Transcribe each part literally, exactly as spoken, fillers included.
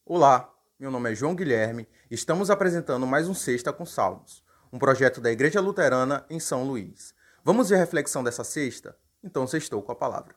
Olá, meu nome é João Guilherme e estamos apresentando mais um Sexta com Salmos, um projeto da Igreja Luterana em São Luís. Vamos ver a reflexão dessa sexta? Então sextou com a palavra.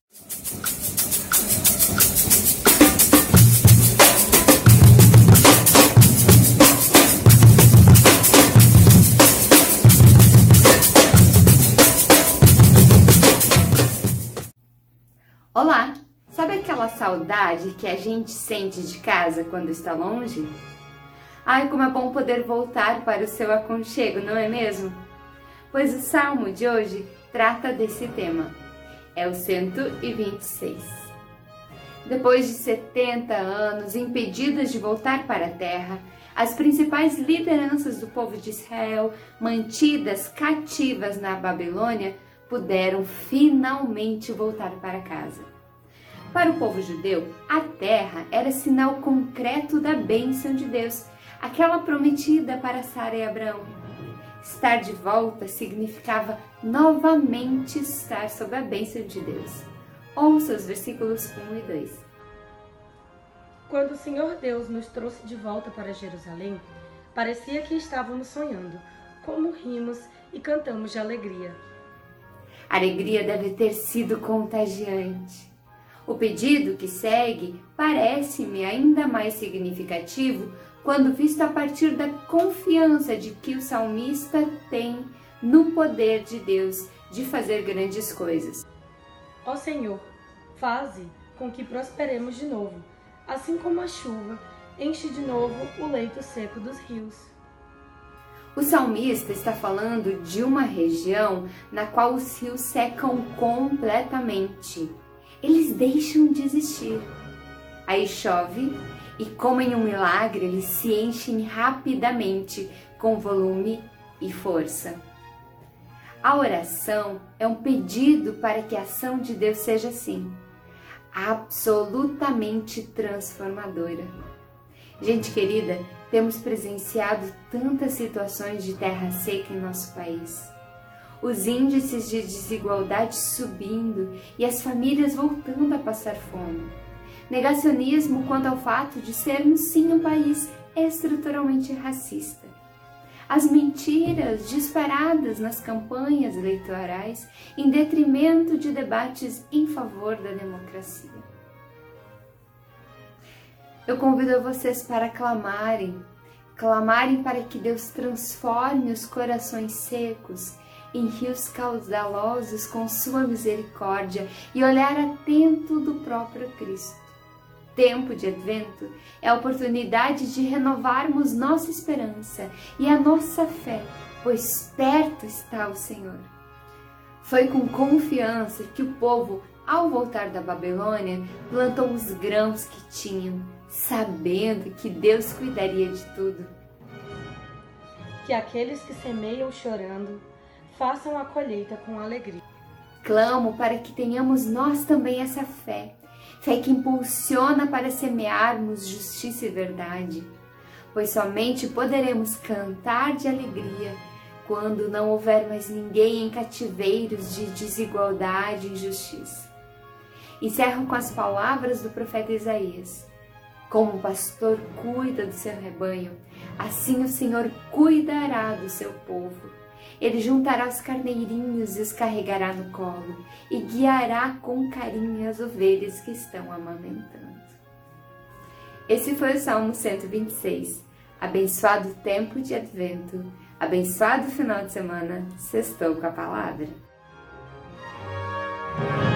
Olá! Sabe aquela saudade que a gente sente de casa quando está longe? Ai, como é bom poder voltar para o seu aconchego, não é mesmo? Pois o Salmo de hoje trata desse tema. É o cento e vinte e seis. Depois de setenta anos impedidas de voltar para a terra, as principais lideranças do povo de Israel, mantidas cativas na Babilônia, puderam finalmente voltar para casa. Para o povo judeu, a terra era sinal concreto da bênção de Deus, aquela prometida para Sara e Abraão. Estar de volta significava novamente estar sob a bênção de Deus. Ouça os versículos um e dois. Quando o Senhor Deus nos trouxe de volta para Jerusalém, parecia que estávamos sonhando, como rimos e cantamos de alegria. A alegria deve ter sido contagiante. O pedido que segue parece-me ainda mais significativo quando visto a partir da confiança de que o salmista tem no poder de Deus de fazer grandes coisas. Ó Senhor, faze com que prosperemos de novo, assim como a chuva enche de novo o leito seco dos rios. O salmista está falando de uma região na qual os rios secam completamente. Eles deixam de existir. Aí chove e, como em um milagre, eles se enchem rapidamente com volume e força. A oração é um pedido para que a ação de Deus seja assim, absolutamente transformadora. Gente querida, temos presenciado tantas situações de terra seca em nosso país. Os índices de desigualdade subindo e as famílias voltando a passar fome. Negacionismo quanto ao fato de sermos sim um país estruturalmente racista. As mentiras disparadas nas campanhas eleitorais em detrimento de debates em favor da democracia. Eu convido vocês para clamarem, clamarem para que Deus transforme os corações secos em rios caudalosos com sua misericórdia e olhar atento do próprio Cristo. Tempo de Advento é a oportunidade de renovarmos nossa esperança e a nossa fé, pois perto está o Senhor. Foi com confiança que o povo, ao voltar da Babilônia, plantou os grãos que tinham, sabendo que Deus cuidaria de tudo. Que aqueles que semeiam chorando façam a colheita com alegria. Clamo para que tenhamos nós também essa fé, fé que impulsiona para semearmos justiça e verdade, pois somente poderemos cantar de alegria quando não houver mais ninguém em cativeiros de desigualdade e injustiça. Encerro com as palavras do profeta Isaías. Como o pastor cuida do seu rebanho, assim o Senhor cuidará do seu povo. Ele juntará os carneirinhos e os carregará no colo e guiará com carinho as ovelhas que estão amamentando. Esse foi o Salmo cento e vinte e seis. Abençoado tempo de Advento, abençoado final de semana, sextou com a palavra.